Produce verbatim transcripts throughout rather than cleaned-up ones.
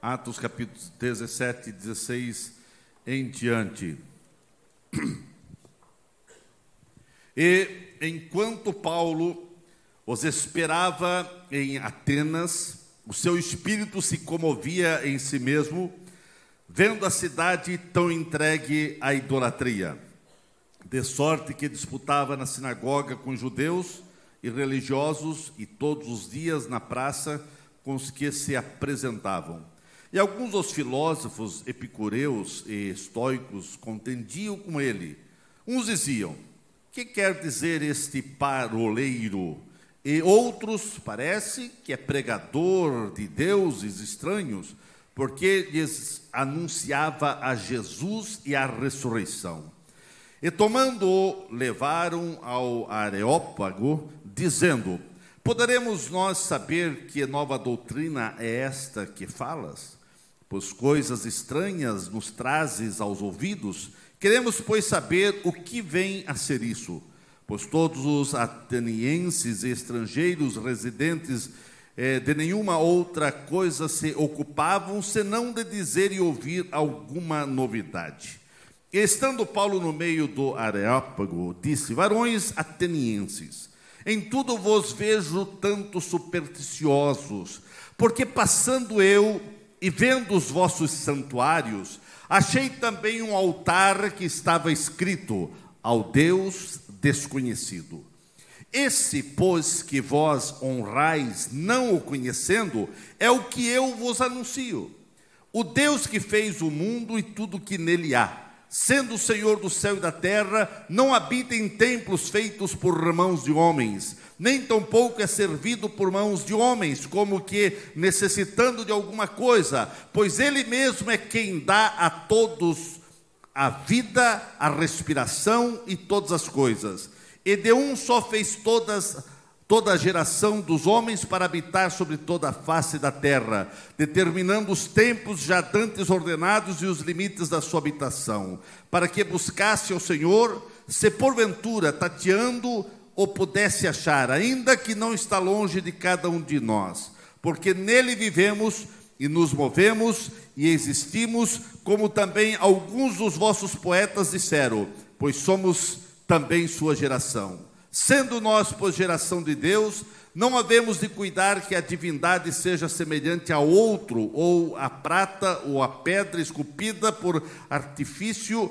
Atos capítulo dezessete, dezesseis em diante. E enquanto Paulo os esperava em Atenas, o seu espírito se comovia em si mesmo, vendo a cidade tão entregue à idolatria, de sorte que disputava na sinagoga com judeus e religiosos, e todos os dias na praça com os que se apresentavam. E alguns dos filósofos epicureus e estoicos contendiam com ele. Uns diziam: que quer dizer este paroleiro? E outros, parece que é pregador de deuses estranhos, porque lhes anunciava a Jesus e a ressurreição. E tomando-o, levaram ao Areópago, dizendo: poderemos nós saber que nova doutrina é esta que falas? Pois coisas estranhas nos trazes aos ouvidos. Queremos, pois, saber o que vem a ser isso. Pois todos os atenienses e estrangeiros residentes eh, de nenhuma outra coisa se ocupavam, senão de dizer e ouvir alguma novidade. E estando Paulo no meio do Areópago, disse: varões atenienses, em tudo vos vejo tanto supersticiosos, porque passando eu e vendo os vossos santuários, achei também um altar que estava escrito: ao Deus desconhecido. Esse, pois, que vós honrais, não o conhecendo, é o que eu vos anuncio. O Deus que fez o mundo e tudo que nele há, sendo o Senhor do céu e da terra, não habita em templos feitos por mãos de homens, nem tampouco é servido por mãos de homens, como que necessitando de alguma coisa, pois Ele mesmo é quem dá a todos a vida, a respiração e todas as coisas. E de um só fez todas, toda a geração dos homens para habitar sobre toda a face da terra, determinando os tempos já dantes ordenados e os limites da sua habitação, para que buscasse ao Senhor, se porventura tateando o pudesse achar, ainda que não está longe de cada um de nós, porque nele vivemos e nos movemos e existimos, como também alguns dos vossos poetas disseram, pois somos também sua geração. Sendo nós, pois, geração de Deus, não havemos de cuidar que a divindade seja semelhante a outro, ou a prata, ou a pedra esculpida por artifício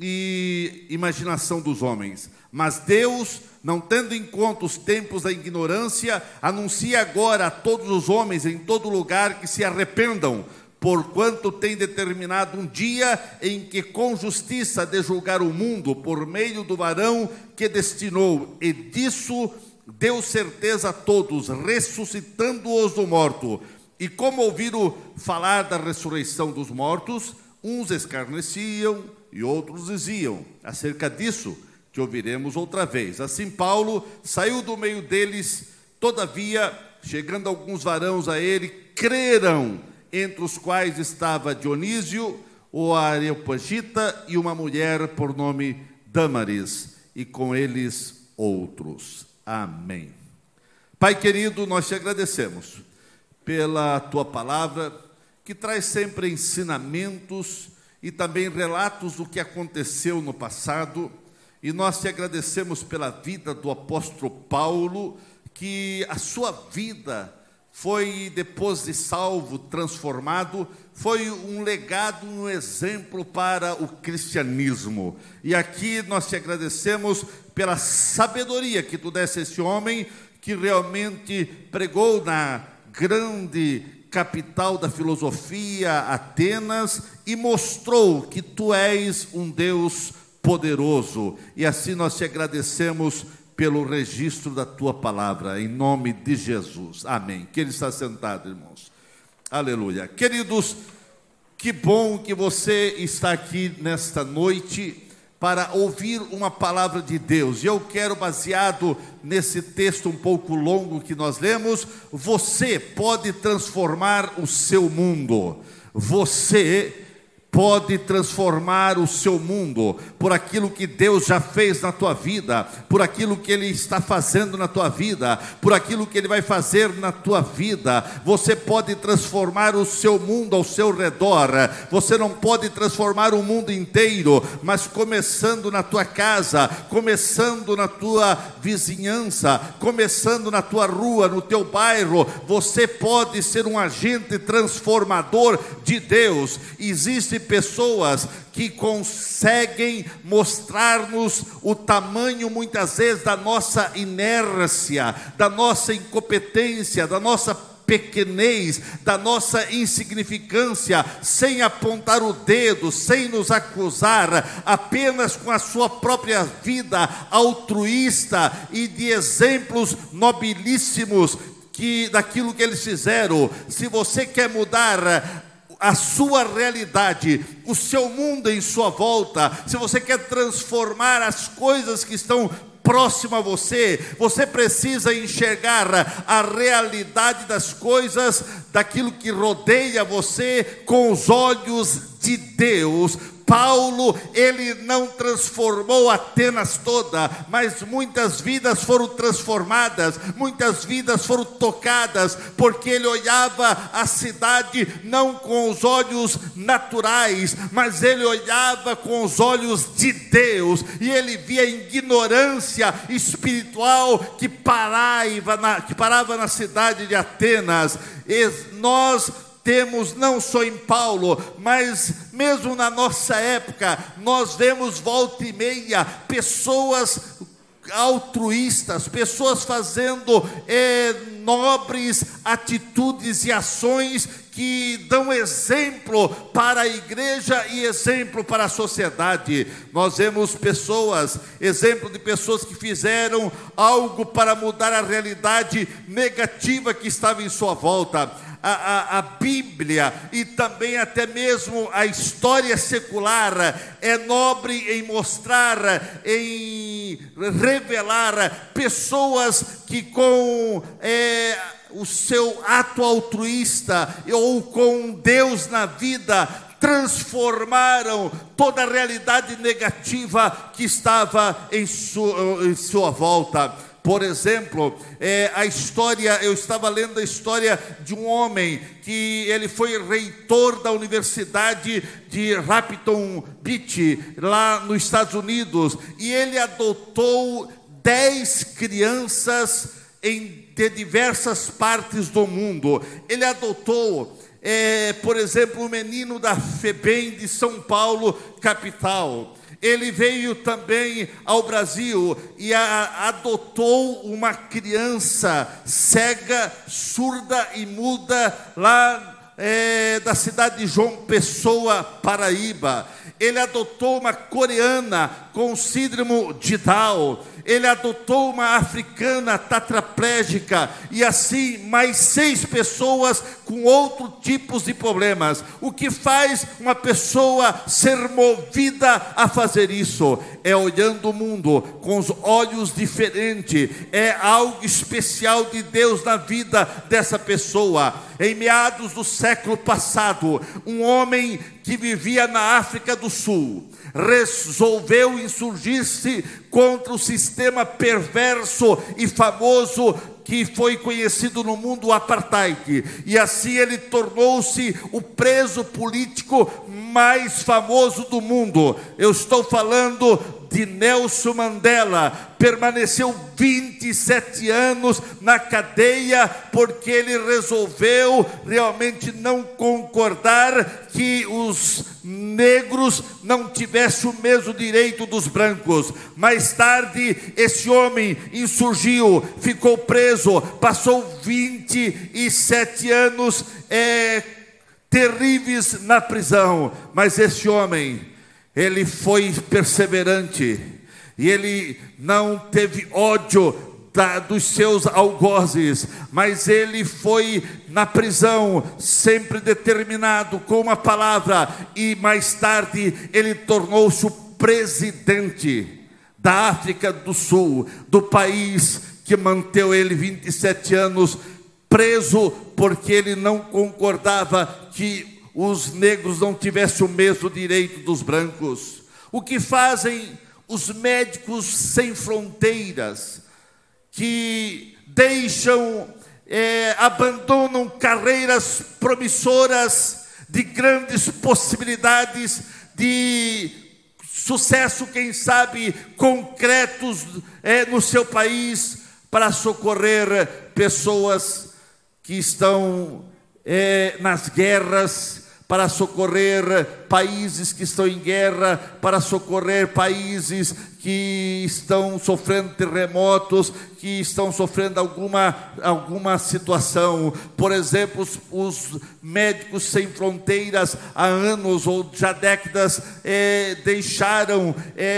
e imaginação dos homens. Mas Deus, não tendo em conta os tempos da ignorância, anuncia agora a todos os homens em todo lugar que se arrependam, porquanto tem determinado um dia em que com justiça de julgar o mundo por meio do varão que destinou, e disso deu certeza a todos, ressuscitando-os do morto. E como ouviram falar da ressurreição dos mortos, uns escarneciam e outros diziam: acerca disso que ouviremos outra vez. Assim Paulo saiu do meio deles, todavia, chegando alguns varões a ele, creram, entre os quais estava Dionísio, o Areopagita, e uma mulher por nome Dâmaris, e com eles outros. Amém. Pai querido, nós te agradecemos pela tua palavra, que traz sempre ensinamentos e também relatos do que aconteceu no passado, e nós te agradecemos pela vida do apóstolo Paulo, que a sua vida foi, depois de salvo, transformado, foi um legado, um exemplo para o cristianismo. E aqui nós te agradecemos pela sabedoria que tu desse a esse homem, que realmente pregou na grande capital da filosofia, Atenas, e mostrou que tu és um Deus poderoso. E assim nós te agradecemos pelo registro da tua palavra, em nome de Jesus. Amém. Que ele está sentado, irmãos. Aleluia. Queridos, que bom que você está aqui nesta noite para ouvir uma palavra de Deus. E eu quero, baseado nesse texto um pouco longo que nós lemos, você pode transformar o seu mundo. Você pode transformar o seu mundo, por aquilo que Deus já fez na tua vida, por aquilo que Ele está fazendo na tua vida, por aquilo que Ele vai fazer na tua vida. Você pode transformar o seu mundo ao seu redor. Você não pode transformar o mundo inteiro, mas começando na tua casa, começando na tua vizinhança, começando na tua rua, no teu bairro, você pode ser um agente transformador de Deus. Existem pessoas que conseguem mostrar-nos o tamanho, muitas vezes, da nossa inércia, da nossa incompetência, da nossa pequenez, da nossa insignificância, sem apontar o dedo, sem nos acusar, apenas com a sua própria vida altruísta e de exemplos nobilíssimos que, daquilo que eles fizeram. Se você quer mudar a sua realidade, o seu mundo em sua volta, se você quer transformar as coisas que estão próximo a você, você precisa enxergar a realidade das coisas, daquilo que rodeia você, com os olhos de Deus. Paulo, ele não transformou Atenas toda, mas muitas vidas foram transformadas, muitas vidas foram tocadas, porque ele olhava a cidade não com os olhos naturais, mas ele olhava com os olhos de Deus, e ele via a ignorância espiritual que parava na, que parava na cidade de Atenas. E nós temos, não só em Paulo, mas mesmo na nossa época, nós vemos volta e meia pessoas altruístas, pessoas fazendo é, nobres atitudes e ações que dão exemplo para a igreja e exemplo para a sociedade. Nós vemos pessoas, exemplo de pessoas que fizeram algo para mudar a realidade negativa que estava em sua volta. A, a, a Bíblia e também até mesmo a história secular é nobre em mostrar, em revelar pessoas que com é, o seu ato altruísta ou com Deus na vida transformaram toda a realidade negativa que estava em sua, em sua volta. Por exemplo, é, a história, eu estava lendo a história de um homem que ele foi reitor da Universidade de Hampton Beach, lá nos Estados Unidos, e ele adotou dez crianças em, de diversas partes do mundo. Ele adotou, é, por exemplo, o menino da FEBEM de São Paulo, capital. Ele veio também ao Brasil e a, adotou uma criança cega, surda e muda lá é, da cidade de João Pessoa, Paraíba. Ele adotou uma coreana com síndrome de Down. Ele adotou uma africana tetraplégica e assim mais seis pessoas com outros tipos de problemas. O que faz uma pessoa ser movida a fazer isso? É olhando o mundo com os olhos diferentes. É algo especial de Deus na vida dessa pessoa. Em meados do século passado, um homem que vivia na África do Sul resolveu insurgir-se contra o sistema perverso e famoso que foi conhecido no mundo, o apartheid, e assim ele tornou-se o preso político mais famoso do mundo. Eu estou falando de Nelson Mandela. Permaneceu vinte e sete anos na cadeia porque ele resolveu realmente não concordar que os negros não tivessem o mesmo direito dos brancos. Mais tarde, esse homem insurgiu, ficou preso, passou vinte e sete anos é, terríveis na prisão. Mas esse homem, ele foi perseverante e ele não teve ódio da, dos seus algozes, mas ele foi na prisão sempre determinado com uma palavra, e mais tarde ele tornou-se o presidente da África do Sul, do país que manteve ele vinte e sete anos preso porque ele não concordava que os negros não tivessem o mesmo direito dos brancos. O que fazem os Médicos Sem Fronteiras, que deixam, é, abandonam carreiras promissoras de grandes possibilidades de sucesso, quem sabe, concretos é, no seu país, para socorrer pessoas que estão é, nas guerras, para socorrer países que estão em guerra, para socorrer países que estão sofrendo terremotos, que estão sofrendo alguma, alguma situação. Por exemplo, os, os Médicos Sem Fronteiras, há anos ou já décadas, é, deixaram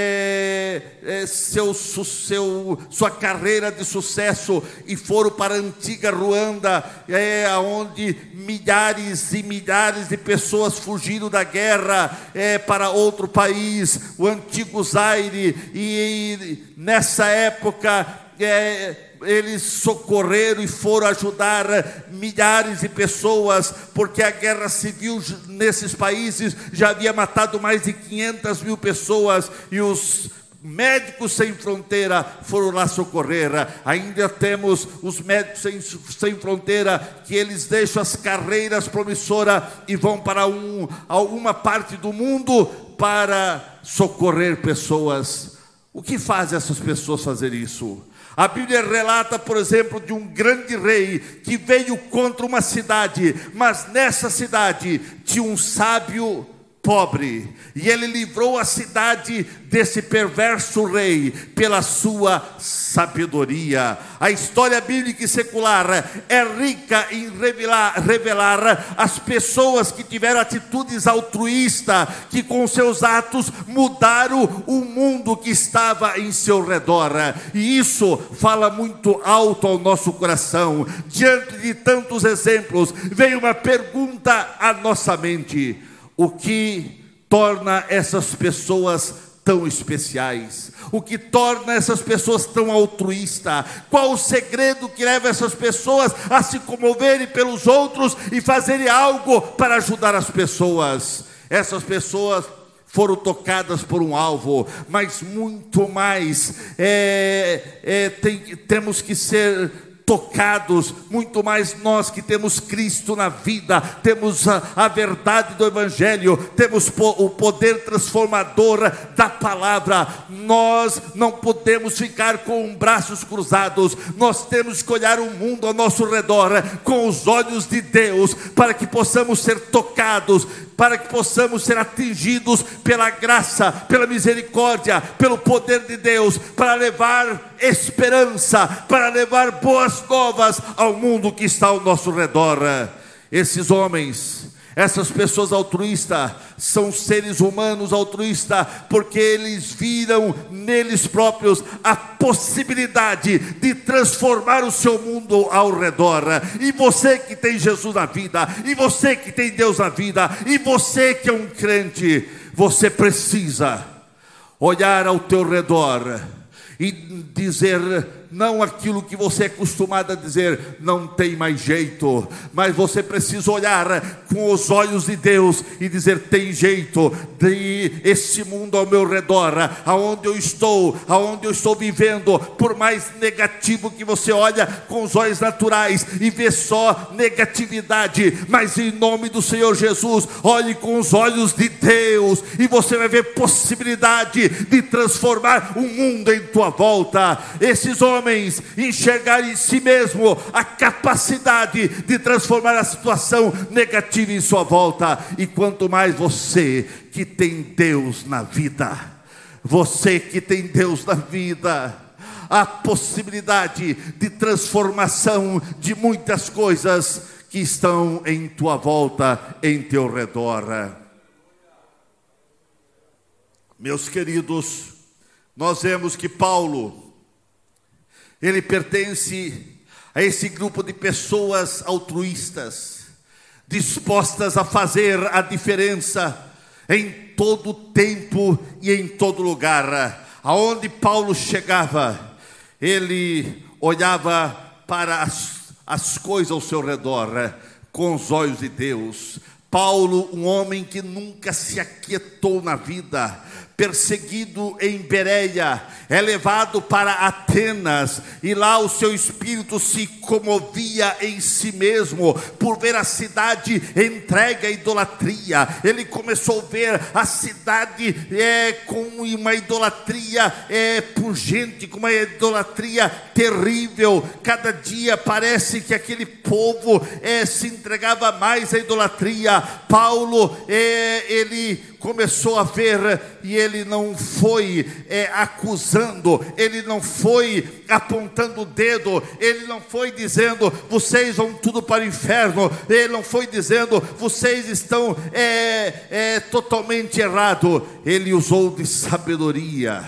é, é, seu, seu, sua carreira de sucesso e foram para a antiga Ruanda, é, onde milhares e milhares de pessoas fugiram da guerra é, para outro país, o antigo Zaire, e, e nessa época é, eles socorreram e foram ajudar milhares de pessoas, porque a guerra civil nesses países já havia matado mais de quinhentas mil pessoas, e os Médicos Sem Fronteira foram lá socorrer. Ainda temos os Médicos Sem, Sem Fronteira, que eles deixam as carreiras promissoras e vão para um, alguma parte do mundo para socorrer pessoas. O que faz essas pessoas fazer isso? A Bíblia relata, por exemplo, de um grande rei que veio contra uma cidade, mas nessa cidade tinha um sábio pobre, e ele livrou a cidade desse perverso rei pela sua sabedoria. A história bíblica e secular é rica em revelar, revelar as pessoas que tiveram atitudes altruístas, que com seus atos mudaram o mundo que estava em seu redor, e isso fala muito alto ao nosso coração. Diante de tantos exemplos, veio uma pergunta à nossa mente: o que torna essas pessoas tão especiais? O que torna essas pessoas tão altruístas? Qual o segredo que leva essas pessoas a se comoverem pelos outros e fazerem algo para ajudar as pessoas? Essas pessoas foram tocadas por um alvo, mas muito mais é, é, tem, temos que ser tocados, muito mais nós que temos Cristo na vida, temos a, a verdade do Evangelho, temos po, o poder transformador da palavra. Nós não podemos ficar com braços cruzados, nós temos que olhar o mundo ao nosso redor com os olhos de Deus, para que possamos ser tocados, para que possamos ser atingidos pela graça, pela misericórdia, pelo poder de Deus, para levar esperança, para levar boas novas ao mundo que está ao nosso redor. Esses homens, essas pessoas altruístas, são seres humanos altruístas, porque eles viram neles próprios a possibilidade de transformar o seu mundo ao redor. E você que tem Jesus na vida, e você que tem Deus na vida, e você que é um crente, você precisa olhar ao teu redor e dizer não aquilo que você é acostumado a dizer, não tem mais jeito, mas você precisa olhar com os olhos de Deus e dizer, tem jeito. De esse mundo ao meu redor, aonde eu estou, aonde eu estou vivendo, por mais negativo que você olha com os olhos naturais e vê só negatividade, mas em nome do Senhor Jesus, olhe com os olhos de Deus e você vai ver possibilidade de transformar o mundo em tua volta. Esses homens enxergarem em si mesmo a capacidade de transformar a situação negativa em sua volta. E quanto mais você que tem Deus na vida, você que tem Deus na vida, a possibilidade de transformação de muitas coisas que estão em tua volta, em teu redor. Meus queridos, nós vemos que Paulo, ele pertence a esse grupo de pessoas altruístas, dispostas a fazer a diferença em todo tempo e em todo lugar. Aonde Paulo chegava, ele olhava para as, as coisas ao seu redor com os olhos de Deus. Paulo, um homem que nunca se aquietou na vida, perseguido em Bereia, é levado para Atenas, e lá o seu espírito se comovia em si mesmo, por ver a cidade entregue à idolatria. Ele começou a ver a cidade é, com uma idolatria é, pungente, com uma idolatria terrível. Cada dia parece que aquele povo é, se entregava mais à idolatria. Paulo, é, ele começou a ver, e ele não foi é, acusando, ele não foi apontando o dedo, ele não foi dizendo, vocês vão tudo para o inferno, ele não foi dizendo, vocês estão é, é, totalmente errados. Ele usou de sabedoria.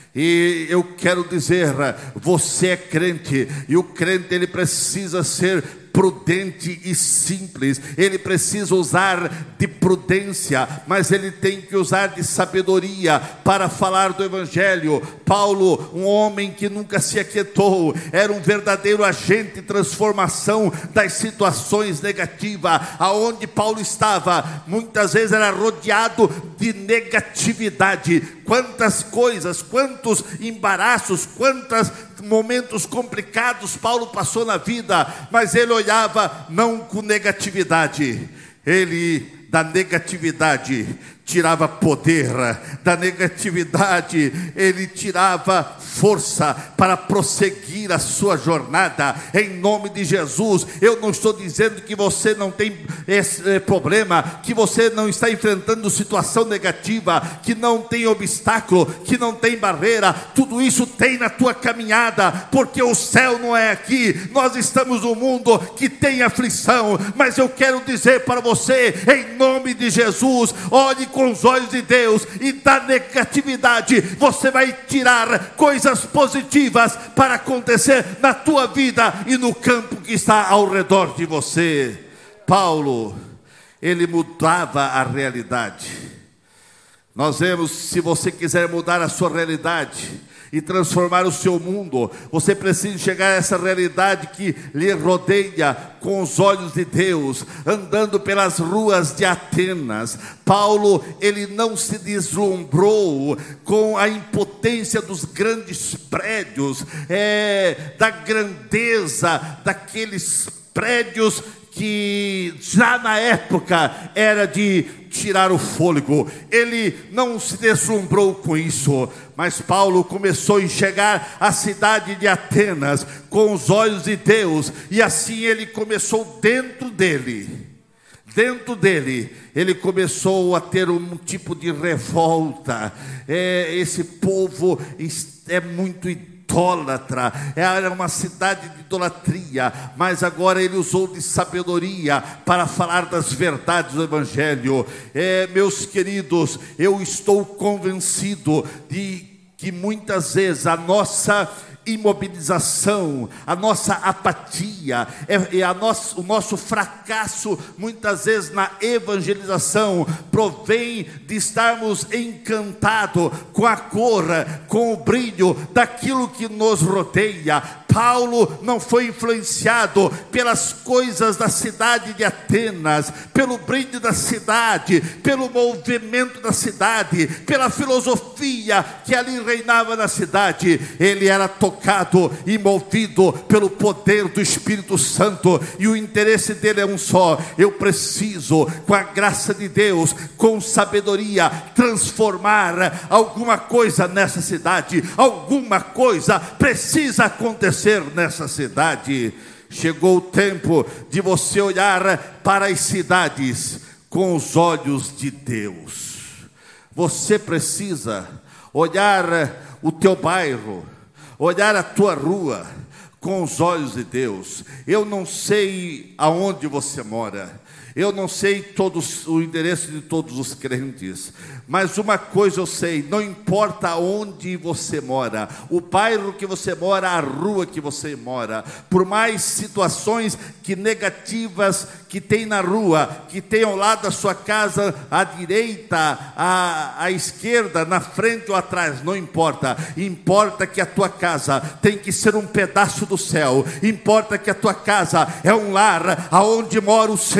E eu quero dizer, você é crente, e o crente ele precisa ser prudente e simples. Ele precisa usar de prudência, mas ele tem que usar de sabedoria para falar do evangelho. Paulo, um homem que nunca se aquietou, era um verdadeiro agente de transformação das situações negativas. Aonde Paulo estava, muitas vezes era rodeado de negatividade. Quantas coisas, quantos embaraços, quantos momentos complicados Paulo passou na vida, mas ele olhava não com negatividade. Ele, da negatividade, tirava poder, da negatividade ele tirava força para prosseguir a sua jornada, em nome de Jesus. Eu não estou dizendo que você não tem esse problema, que você não está enfrentando situação negativa, que não tem obstáculo, que não tem barreira. Tudo isso tem na tua caminhada, porque o céu não é aqui. Nós estamos num mundo que tem aflição, mas eu quero dizer para você, em nome de Jesus, olhe com os olhos de Deus, e da negatividade você vai tirar coisas positivas para acontecer na tua vida e no campo que está ao redor de você. Paulo, ele mudava a realidade. Nós vemos, se você quiser mudar a sua realidade e transformar o seu mundo, você precisa chegar a essa realidade que lhe rodeia com os olhos de Deus, andando pelas ruas de Atenas. Paulo, ele não se deslumbrou com a impotência dos grandes prédios, é, da grandeza daqueles prédios que já na época era de tirar o fôlego. Ele não se deslumbrou com isso, mas Paulo começou a enxergar a cidade de Atenas com os olhos de Deus, e assim ele começou dentro dele, dentro dele, ele começou a ter um tipo de revolta. É, esse povo é muito idólatra, era uma cidade de idolatria, mas agora ele usou de sabedoria para falar das verdades do evangelho. É, meus queridos, eu estou convencido de que muitas vezes a nossa imobilização, a nossa apatia, é, é a nosso, o nosso fracasso muitas vezes na evangelização provém de estarmos encantados com a cor, com o brilho daquilo que nos rodeia. Paulo não foi influenciado pelas coisas da cidade de Atenas, pelo brilho da cidade, pelo movimento da cidade, pela filosofia que ali reinava na cidade. Ele era tocado e movido pelo poder do Espírito Santo, e o interesse dele é um só: eu preciso, com a graça de Deus, com sabedoria, transformar alguma coisa nessa cidade. Alguma coisa precisa acontecer nessa cidade. Chegou o tempo de você olhar para as cidades com os olhos de Deus. Você precisa olhar o teu bairro, olhar a tua rua com os olhos de Deus. Eu não sei aonde você mora, eu não sei todos, o endereço de todos os crentes, mas uma coisa eu sei: não importa onde você mora, o bairro que você mora, a rua que você mora, por mais situações que negativas que tem na rua, que tem ao lado da sua casa, à direita, à, à esquerda, na frente ou atrás, não importa. Importa que a tua casa tem que ser um pedaço do céu. Importa que a tua casa é um lar aonde mora o Senhor.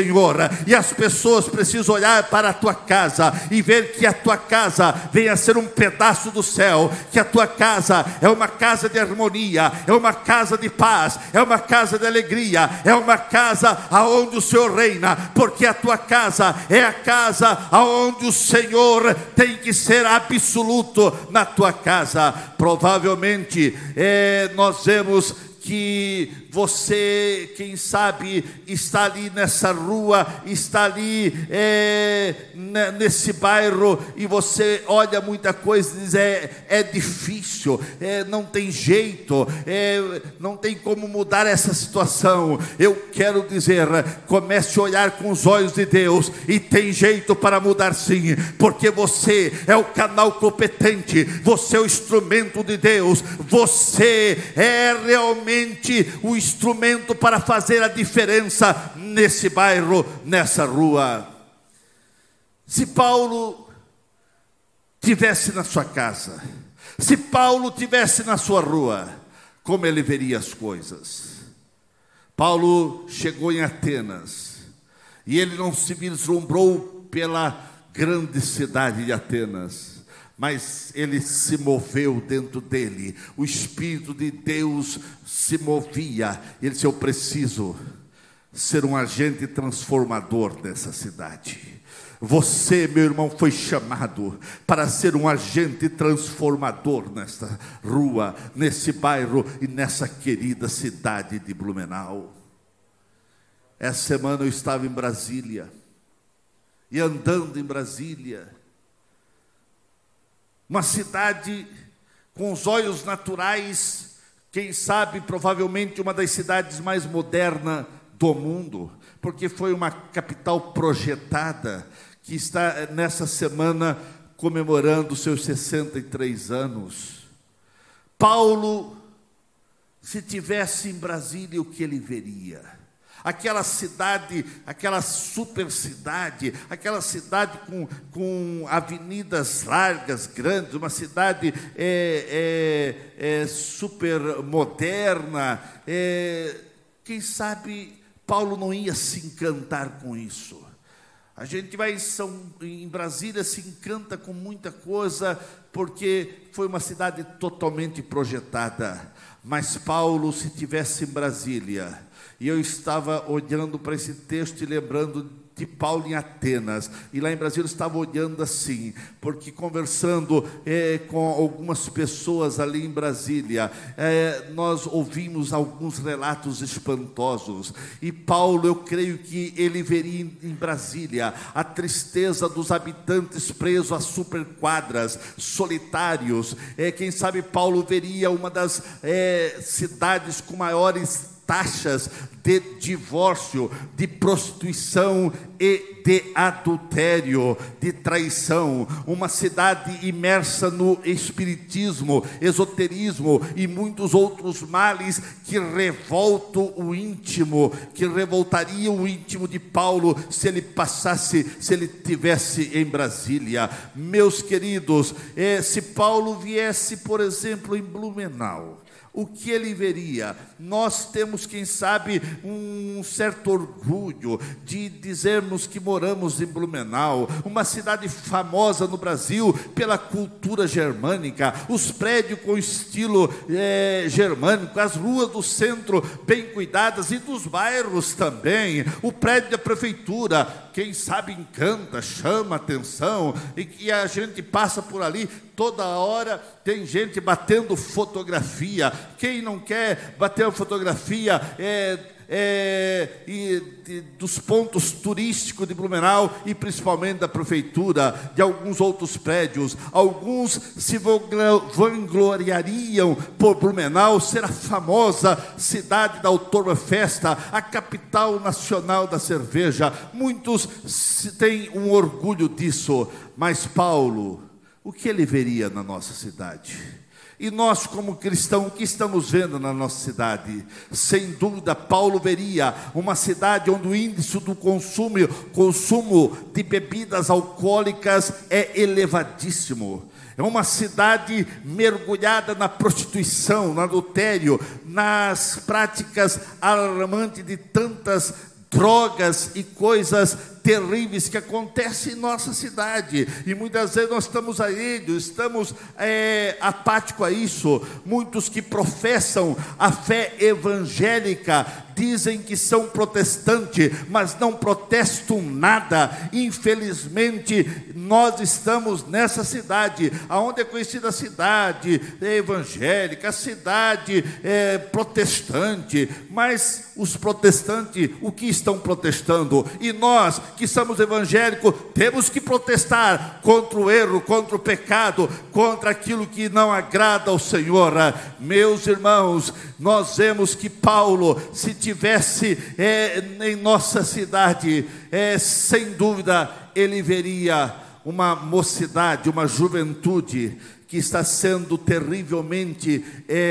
casa, e as pessoas precisam olhar para a tua casa e ver que a tua casa venha a ser um pedaço do céu, que a tua casa é uma casa de harmonia, é uma casa de paz, é uma casa de alegria, é uma casa aonde o Senhor reina, porque a tua casa é a casa aonde o Senhor tem que ser absoluto na tua casa. Provavelmente é, nós vemos que você, quem sabe, está ali nessa rua, está ali é, nesse bairro, e você olha muita coisa e diz, é, é difícil, é, não tem jeito, é, não tem como mudar essa situação. Eu quero dizer, comece a olhar com os olhos de Deus, e tem jeito para mudar sim, porque você é o canal competente, você é o instrumento de Deus, você é realmente o instrumento para fazer a diferença nesse bairro, nessa rua. Se Paulo tivesse na sua casa, se Paulo tivesse na sua rua, como ele veria as coisas? Paulo chegou em Atenas, e ele não se vislumbrou pela grande cidade de Atenas, mas ele se moveu dentro dele, o Espírito de Deus se movia. Ele disse, eu preciso ser um agente transformador dessa cidade. Você, meu irmão, foi chamado para ser um agente transformador nesta rua, nesse bairro e nessa querida cidade de Blumenau. Essa semana eu estava em Brasília, e andando em Brasília, uma cidade com os olhos naturais, quem sabe, provavelmente uma das cidades mais modernas do mundo, porque foi uma capital projetada, que está nessa semana comemorando seus sessenta e três anos. Paulo, se tivesse em Brasília, o que ele veria? Aquela cidade, aquela super cidade, aquela cidade com, com avenidas largas, grandes, uma cidade é, é, é, super moderna. É, quem sabe Paulo não ia se encantar com isso? A gente vai em, São, em Brasília, se encanta com muita coisa, porque foi uma cidade totalmente projetada. Mas Paulo, se tivesse em Brasília, e eu estava olhando para esse texto e lembrando de Paulo em Atenas, e lá em Brasília eu estava olhando assim, porque conversando é, com algumas pessoas ali em Brasília, é, nós ouvimos alguns relatos espantosos, e Paulo, eu creio que ele veria em, em Brasília a tristeza dos habitantes presos a superquadras, solitários. É, quem sabe Paulo veria uma das é, cidades com maiores taxas de divórcio, de prostituição e de adultério, de traição, uma cidade imersa no espiritismo, esoterismo e muitos outros males que revoltam o íntimo, que revoltariam o íntimo de Paulo se ele passasse, se ele estivesse em Brasília. Meus queridos, eh, se Paulo viesse, por exemplo, em Blumenau, o que ele veria? Nós temos, quem sabe, um certo orgulho de dizermos que moramos em Blumenau, uma cidade famosa no Brasil pela cultura germânica, os prédios com estilo é, germânico, as ruas do centro bem cuidadas e dos bairros também, o prédio da prefeitura, quem sabe encanta, chama atenção, e, e a gente passa por ali, toda hora tem gente batendo fotografia. Quem não quer bater uma fotografia é, é, e, de, dos pontos turísticos de Blumenau e principalmente da prefeitura, de alguns outros prédios? Alguns se vangloriariam por Blumenau ser a famosa cidade da Oktoberfest, a capital nacional da cerveja. Muitos têm um orgulho disso, mas Paulo, o que ele veria na nossa cidade? E nós, como cristãos, o que estamos vendo na nossa cidade? Sem dúvida, Paulo veria uma cidade onde o índice do consumo, consumo de bebidas alcoólicas é elevadíssimo. É uma cidade mergulhada na prostituição, no adultério, nas práticas alarmantes de tantas drogas e coisas terríveis que acontecem em nossa cidade, e muitas vezes nós estamos aí, estamos é, apáticos a isso. Muitos que professam a fé evangélica dizem que são protestantes, mas não protestam nada. Infelizmente, nós estamos nessa cidade, aonde é conhecida a cidade evangélica, a cidade é, protestante, mas os protestantes, o que estão protestando? E nós, que somos evangélicos, temos que protestar contra o erro, contra o pecado, contra aquilo que não agrada ao Senhor. Meus irmãos, nós vemos que Paulo, se tivesse é, em nossa cidade, é, sem dúvida, ele veria uma mocidade, uma juventude que está sendo terrivelmente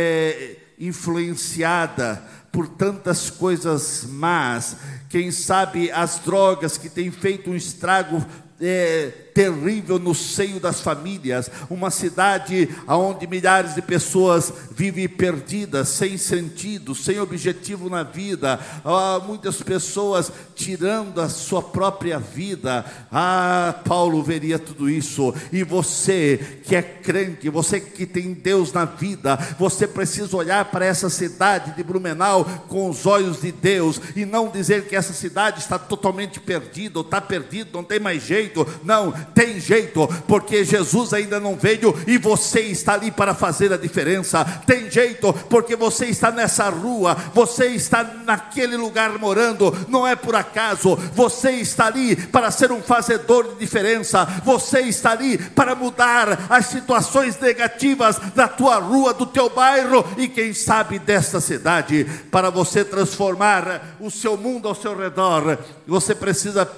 é, influenciada por tantas coisas más. Quem sabe as drogas que têm feito um estrago é, terrível no seio das famílias. Uma cidade onde milhares de pessoas vivem perdidas, sem sentido, sem objetivo na vida. Ah, muitas pessoas tirando a sua própria vida. Ah, Paulo veria tudo isso. E você que é crente, você que tem Deus na vida, você precisa olhar para essa cidade de Blumenau com os olhos de Deus, e não dizer que essa cidade está totalmente perdida, ou está perdida, não tem mais jeito. Não, tem jeito, porque Jesus ainda não veio e você está ali para fazer a diferença. Tem jeito, porque você está nessa rua, você está naquele lugar morando, não é por acaso. Você está ali para ser um fazedor de diferença. Você está ali para mudar as situações negativas da tua rua, do teu bairro e quem sabe desta cidade. Para você transformar o seu mundo ao seu redor, você precisa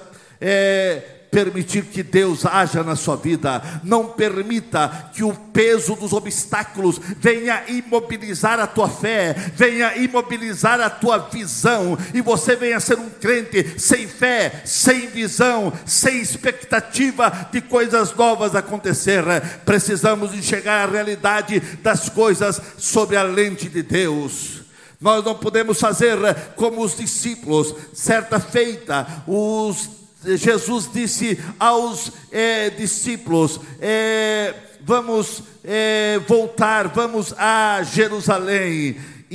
é, permitir que Deus haja na sua vida. Não permita que o peso dos obstáculos venha imobilizar a tua fé, venha imobilizar a tua visão, e você venha ser um crente sem fé, sem visão, sem expectativa de coisas novas acontecer. Precisamos enxergar a realidade das coisas sobre a lente de Deus. Nós não podemos fazer como os discípulos. Certa feita, os Jesus disse aos é, discípulos, é, vamos é, voltar, vamos a Jerusalém.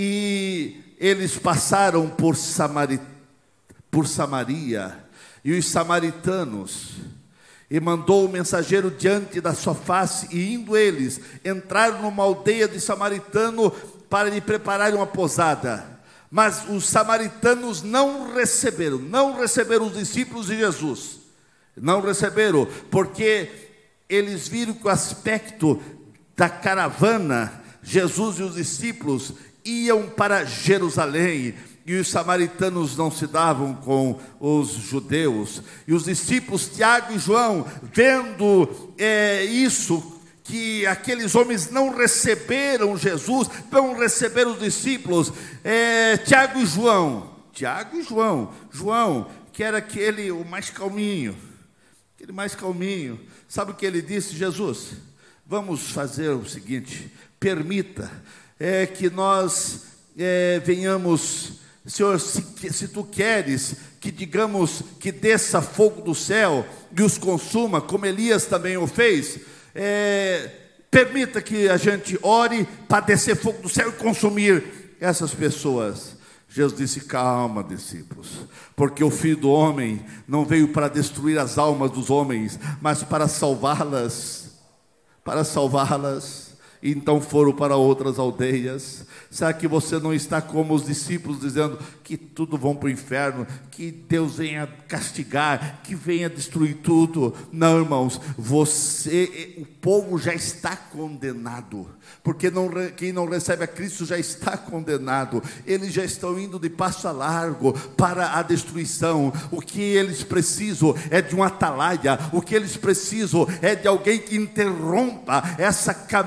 E eles passaram por, Samari, por Samaria, e os samaritanos, e mandou o mensageiro diante da sua face, e indo eles, entraram numa aldeia de samaritano para lhe preparar uma posada. Mas os samaritanos não receberam, não receberam os discípulos de Jesus, não receberam, porque eles viram que o aspecto da caravana, Jesus e os discípulos iam para Jerusalém, e os samaritanos não se davam com os judeus. E os discípulos Tiago e João, vendo é, isso, que aqueles homens não receberam Jesus, não receberam os discípulos, é, Tiago e João, Tiago e João, João, que era aquele, o mais calminho, aquele mais calminho, sabe o que ele disse? Jesus, vamos fazer o seguinte, permita é, que nós é, venhamos, Senhor, se, se tu queres que digamos que desça fogo do céu e os consuma, como Elias também o fez, É, permita que a gente ore para descer fogo do céu e consumir essas pessoas. Jesus disse, calma, discípulos, porque o Filho do Homem não veio para destruir as almas dos homens, mas para salvá-las, para salvá-las. Então foram para outras aldeias. Será que você não está como os discípulos, dizendo que tudo vão para o inferno, que Deus venha castigar, que venha destruir tudo? Não, irmãos, você, o povo já está condenado, porque não, quem não recebe a Cristo já está condenado. Eles já estão indo de passo a largo para a destruição. O que eles precisam é de um atalaia, o que eles precisam é de alguém que interrompa essa caminhada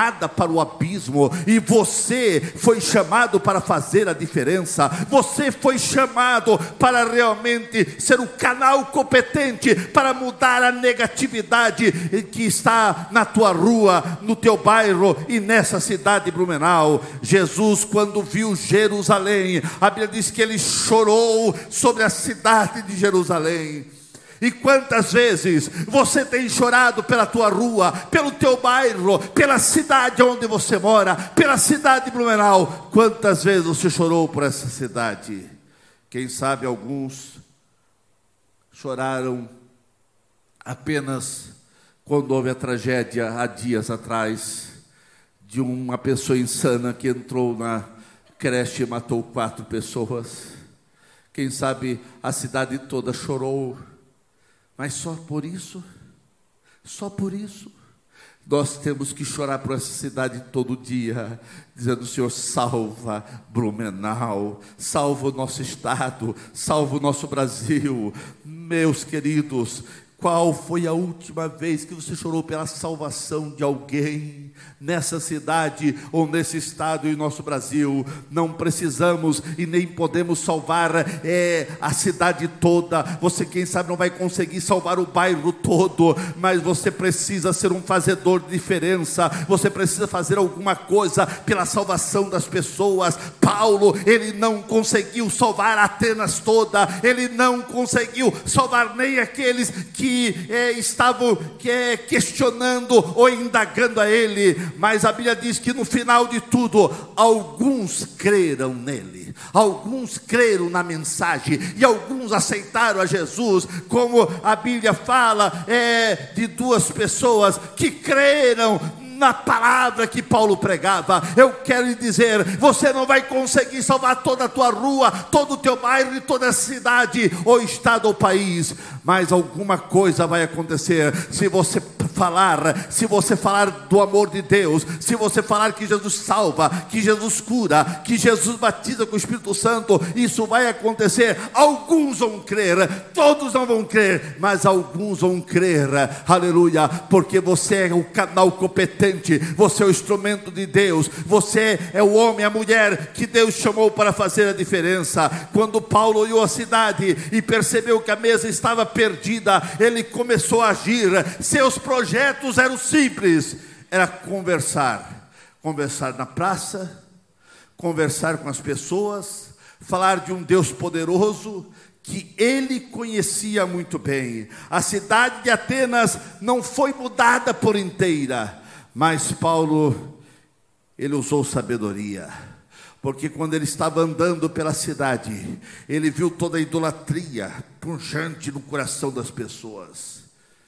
chamada para o abismo, e você foi chamado para fazer a diferença. Você foi chamado para realmente ser o canal competente para mudar a negatividade que está na tua rua, no teu bairro e nessa cidade de Blumenau. Jesus, quando viu Jerusalém, a Bíblia diz que ele chorou sobre a cidade de Jerusalém. E quantas vezes você tem chorado pela tua rua, pelo teu bairro, pela cidade onde você mora, pela cidade de Blumenau? Quantas vezes você chorou por essa cidade? Quem sabe alguns choraram apenas quando houve a tragédia há dias atrás, de uma pessoa insana que entrou na creche e matou quatro pessoas. Quem sabe a cidade toda chorou. Mas só por isso, só por isso, nós temos que chorar por essa cidade todo dia, dizendo: Senhor, salva Blumenau, salva o nosso estado, salva o nosso Brasil. Meus queridos, qual foi a última vez que você chorou pela salvação de alguém nessa cidade ou nesse estado e nosso Brasil? Não precisamos e nem podemos salvar é, a cidade toda. Você, quem sabe, não vai conseguir salvar o bairro todo, mas você precisa ser um fazedor de diferença. Você precisa fazer alguma coisa pela salvação das pessoas. Paulo, ele não conseguiu salvar Atenas toda, ele não conseguiu salvar nem aqueles que É, estavam que, é, questionando ou indagando a ele, mas a Bíblia diz que no final de tudo, alguns creram nele, alguns creram na mensagem, e alguns aceitaram a Jesus, como a Bíblia fala é, de duas pessoas que creram na palavra que Paulo pregava. Eu quero lhe dizer, você não vai conseguir salvar toda a tua rua, todo o teu bairro e toda a cidade, ou estado ou país, mas alguma coisa vai acontecer se você falar, se você falar do amor de Deus, se você falar que Jesus salva, que Jesus cura, que Jesus batiza com o Espírito Santo. Isso vai acontecer. Alguns vão crer, todos não vão crer, mas alguns vão crer, aleluia, porque você é o canal competente, você é o instrumento de Deus, você é o homem, a mulher que Deus chamou para fazer a diferença. Quando Paulo olhou a cidade e percebeu que a mesa estava perdida, ele começou a agir. Seus projetos eram simples, era conversar, conversar na praça, conversar com as pessoas, falar de um Deus poderoso que ele conhecia muito bem. A cidade de Atenas não foi mudada por inteira, mas Paulo, ele usou sabedoria, porque quando ele estava andando pela cidade, ele viu toda a idolatria punjante no coração das pessoas.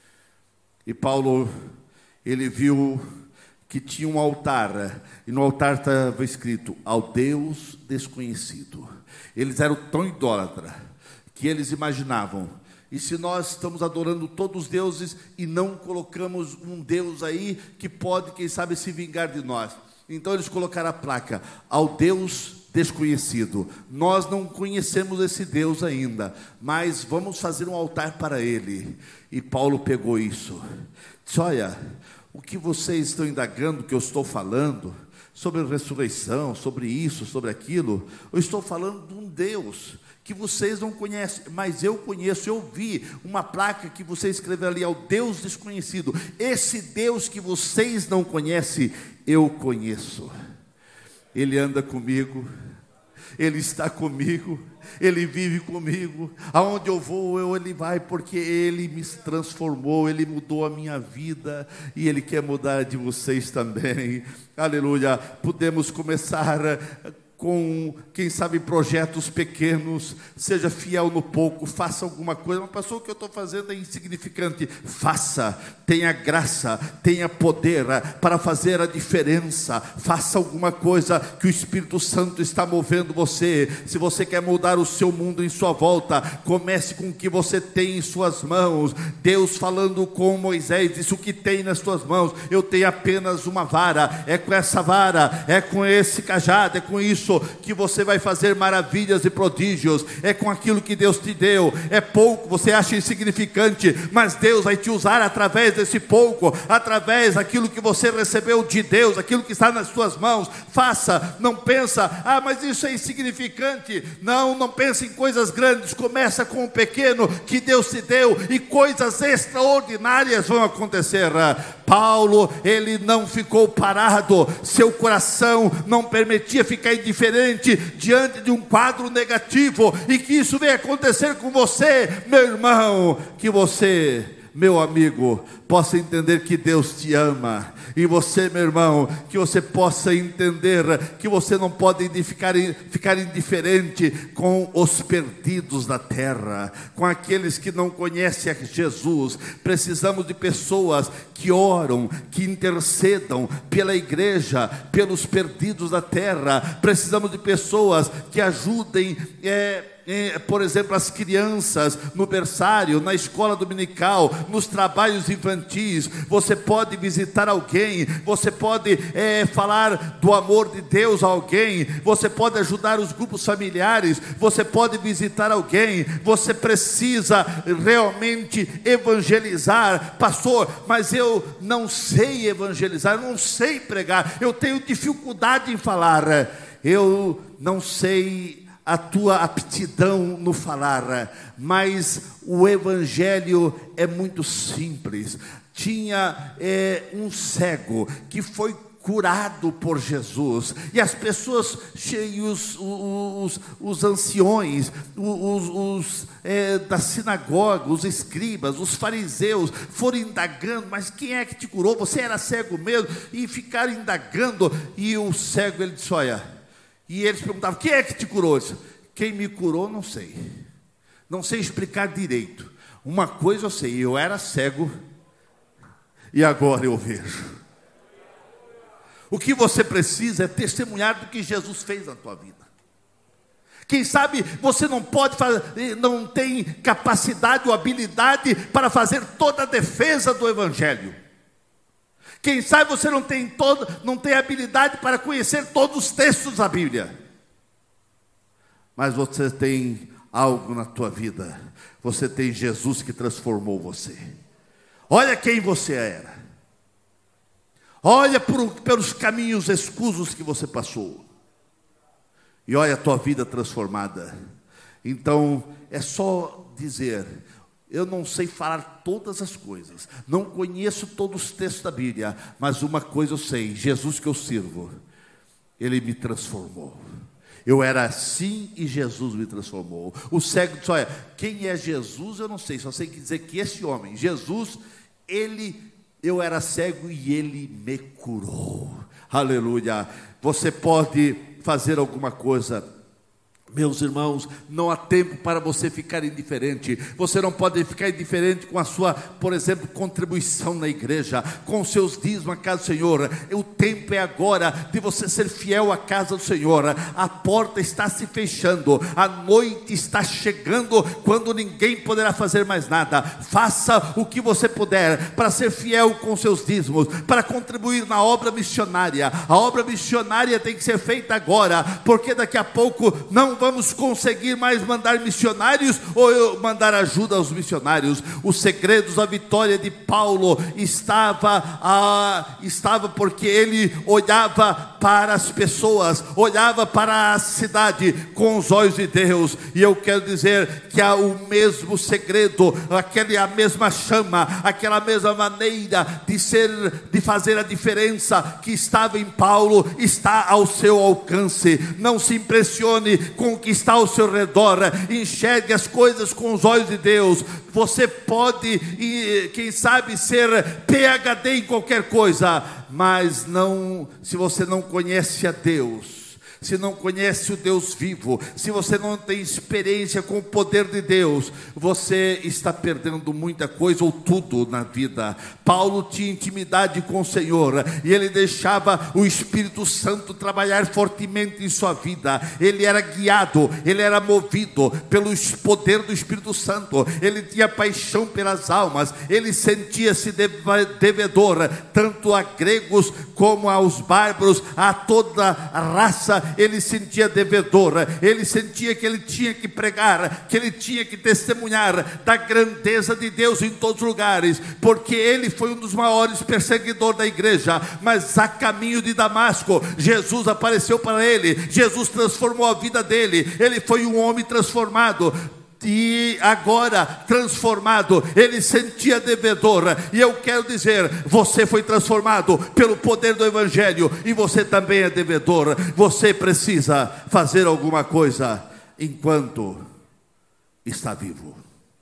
E Paulo, ele viu que tinha um altar, e no altar estava escrito: ao Deus desconhecido. Eles eram tão idólatras que eles imaginavam: e se nós estamos adorando todos os deuses e não colocamos um Deus aí que pode, quem sabe, se vingar de nós? Então eles colocaram a placa: ao Deus desconhecido. Nós não conhecemos esse Deus ainda, mas vamos fazer um altar para ele. E Paulo pegou isso, disse: olha, o que vocês estão indagando, que eu estou falando sobre ressurreição, sobre isso, sobre aquilo, eu estou falando de um Deus que vocês não conhecem, mas eu conheço. Eu vi uma placa que você escreveu ali: ao Deus desconhecido. Esse Deus que vocês não conhecem, eu conheço. Ele anda comigo, Ele está comigo, Ele vive comigo. Aonde eu vou, eu, Ele vai, porque Ele me transformou, Ele mudou a minha vida, e Ele quer mudar a de vocês também. Aleluia. Podemos começar com, quem sabe, projetos pequenos. Seja fiel no pouco, faça alguma coisa. Mas pastor, o que eu estou fazendo é insignificante. Faça, tenha graça, tenha poder para fazer a diferença. Faça alguma coisa que o Espírito Santo está movendo você. Se você quer mudar o seu mundo em sua volta, comece com o que você tem em suas mãos. Deus falando com Moisés disse: o que tem nas tuas mãos? Eu tenho apenas uma vara. É com essa vara, é com esse cajado, é com isso isso que você vai fazer maravilhas e prodígios. É com aquilo que Deus te deu. É pouco, você acha insignificante, mas Deus vai te usar através desse pouco, através daquilo que você recebeu de Deus, aquilo que está nas suas mãos. Faça, não pensa, ah, mas isso é insignificante. Não, não pense em coisas grandes. Começa com o pequeno que Deus te deu e coisas extraordinárias vão acontecer. Paulo, ele não ficou parado, seu coração não permitia ficar indiferente diante de um quadro negativo, e que isso venha acontecer com você, meu irmão, que você, meu amigo, possa entender que Deus te ama. E você, meu irmão, que você possa entender que você não pode ficar, ficar indiferente com os perdidos da terra, com aqueles que não conhecem a Jesus. Precisamos de pessoas que oram, que intercedam pela igreja, pelos perdidos da terra. Precisamos de pessoas que ajudem, é, por exemplo, as crianças no berçário, na escola dominical, nos trabalhos infantis. Você pode visitar alguém, você pode é, falar do amor de Deus a alguém, você pode ajudar os grupos familiares, você pode visitar alguém. Você precisa realmente evangelizar. Pastor, mas eu não sei evangelizar, eu não sei pregar, eu tenho dificuldade em falar. Eu não sei a tua aptidão no falar, mas o evangelho é muito simples. Tinha é, um cego que foi curado por Jesus, e as pessoas cheios, os, os anciões, os, os é, da sinagoga, os escribas, os fariseus foram indagando, mas quem é que te curou? Você era cego mesmo? E ficaram indagando, e o cego, ele disse, olha, e eles perguntavam, quem é que te curou? Disse, quem me curou, não sei. Não sei explicar direito. Uma coisa eu sei, eu era cego e agora eu vejo. O que você precisa é testemunhar do que Jesus fez na tua vida. Quem sabe você não pode fazer, não tem capacidade ou habilidade para fazer toda a defesa do evangelho. Quem sabe você não tem, todo, não tem habilidade para conhecer todos os textos da Bíblia. Mas você tem algo na tua vida. Você tem Jesus que transformou você. Olha quem você era. Olha por, pelos caminhos escusos que você passou. E olha a tua vida transformada. Então, é só dizer... Eu não sei falar todas as coisas, não conheço todos os textos da Bíblia, mas uma coisa eu sei, Jesus que eu sirvo, Ele me transformou. Eu era assim e Jesus me transformou. O cego disse, olha, quem é Jesus eu não sei, só sei dizer que esse homem, Jesus, ele, eu era cego e Ele me curou. Aleluia. Você pode fazer alguma coisa. Meus irmãos, não há tempo para você ficar indiferente. Você não pode ficar indiferente com a sua, por exemplo, contribuição na igreja, com os seus dízimos à casa do Senhor. O tempo é agora de você ser fiel à casa do Senhor. A porta está se fechando, a noite está chegando, quando ninguém poderá fazer mais nada. Faça o que você puder para ser fiel com os seus dízimos, para contribuir na obra missionária. A obra missionária tem que ser feita agora, porque daqui a pouco não vamos conseguir mais mandar missionários ou mandar ajuda aos missionários. Os segredos da vitória de Paulo estava, ah, estava porque ele olhava para as pessoas, olhava para a cidade com os olhos de Deus. E eu quero dizer que há o mesmo segredo, aquela a mesma chama, aquela mesma maneira de ser, de fazer a diferença que estava em Paulo, está ao seu alcance. Não se impressione com o que está ao seu redor, enxergue as coisas com os olhos de Deus. Você pode, quem sabe, ser P H D em qualquer coisa, mas não, se você não conhece a Deus, se não conhece o Deus vivo, se você não tem experiência com o poder de Deus, você está perdendo muita coisa ou tudo na vida. Paulo tinha intimidade com o Senhor e ele deixava o Espírito Santo trabalhar fortemente em sua vida. Ele era guiado, ele era movido pelo poder do Espírito Santo. Ele tinha paixão pelas almas, ele sentia-se devedor tanto a gregos como aos bárbaros, a toda a raça. ele sentia devedor, ele sentia que ele tinha que pregar, que ele tinha que testemunhar da grandeza de Deus em todos os lugares, porque ele foi um dos maiores perseguidores da igreja. Mas a caminho de Damasco, Jesus apareceu para ele, Jesus transformou a vida dele, ele foi um homem transformado. E agora, transformado, ele sentia devedor. E eu quero dizer, você foi transformado pelo poder do Evangelho, e você também é devedor. Você precisa fazer alguma coisa enquanto está vivo,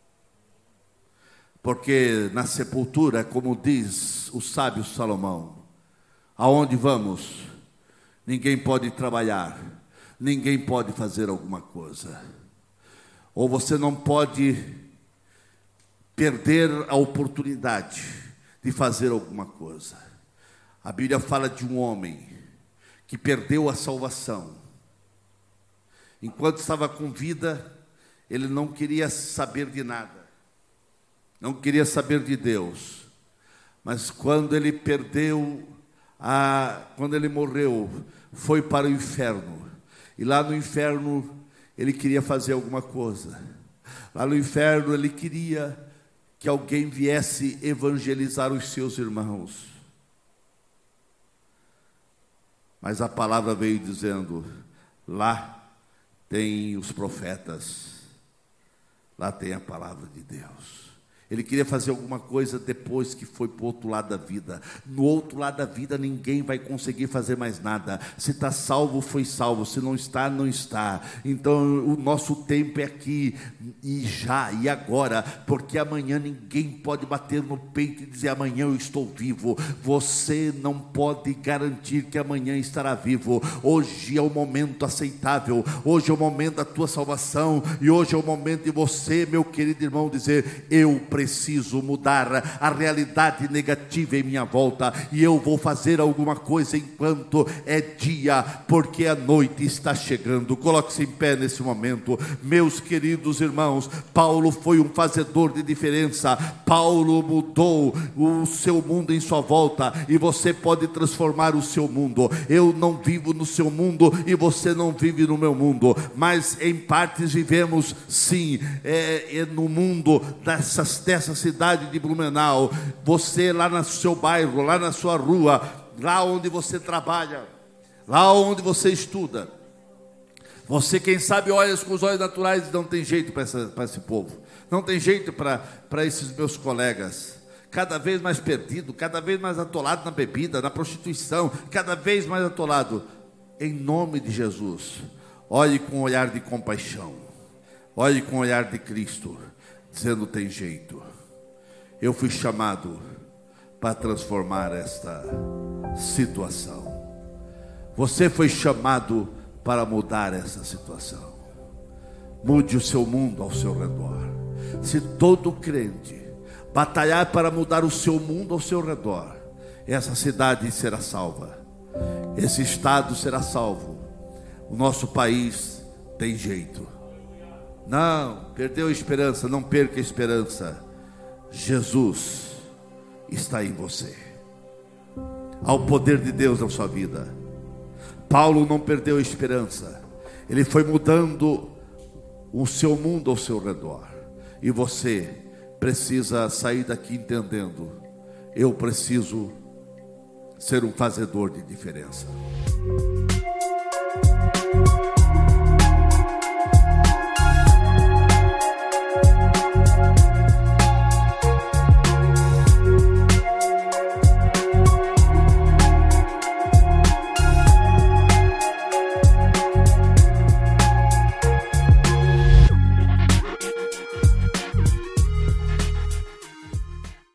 porque na sepultura, como diz o sábio Salomão, aonde vamos, ninguém pode trabalhar, ninguém pode fazer alguma coisa. Ou você não pode perder a oportunidade de fazer alguma coisa. A Bíblia fala de um homem que perdeu a salvação. Enquanto estava com vida, ele não queria saber de nada, não queria saber de Deus. Mas quando ele perdeu, a, quando ele morreu, foi para o inferno. E lá no inferno, ele queria fazer alguma coisa. Lá no inferno ele queria que alguém viesse evangelizar os seus irmãos. Mas a palavra veio dizendo, lá tem os profetas, lá tem a palavra de Deus. Ele queria fazer alguma coisa depois que foi para o outro lado da vida. No outro lado da vida ninguém vai conseguir fazer mais nada. Se está salvo, foi salvo. Se não está, não está. Então o nosso tempo é aqui e já, e agora. Porque amanhã ninguém pode bater no peito e dizer, amanhã eu estou vivo. Você não pode garantir que amanhã estará vivo. Hoje é o momento aceitável. Hoje é o momento da tua salvação. E hoje é o momento de você, meu querido irmão, dizer, eu preciso Preciso mudar a realidade negativa em minha volta, e eu vou fazer alguma coisa enquanto é dia, porque a noite está chegando. Coloque-se em pé nesse momento, meus queridos irmãos. Paulo foi um fazedor de diferença. Paulo mudou o seu mundo em sua volta, e você pode transformar o seu mundo. Eu não vivo no seu mundo e você não vive no meu mundo, mas em partes vivemos sim, é, é no mundo dessas dessa cidade de Blumenau. Você lá no seu bairro, lá na sua rua, lá onde você trabalha, lá onde você estuda, você quem sabe olha com os olhos naturais e não tem jeito para esse povo, não tem jeito para esses meus colegas, cada vez mais perdido, cada vez mais atolado na bebida, na prostituição, cada vez mais atolado. Em nome de Jesus, olhe com um olhar de compaixão, olhe com um olhar de Cristo, dizendo, tem jeito. Eu fui chamado para transformar esta situação. Você foi chamado para mudar essa situação. Mude o seu mundo ao seu redor. Se todo crente batalhar para mudar o seu mundo ao seu redor, essa cidade será salva, esse estado será salvo, o nosso país tem jeito. Não, perdeu a esperança, não perca a esperança. Jesus está em você. Há o poder de Deus na sua vida. Paulo não perdeu a esperança. Ele foi mudando o seu mundo ao seu redor. E você precisa sair daqui entendendo, eu preciso ser um fazedor de diferença.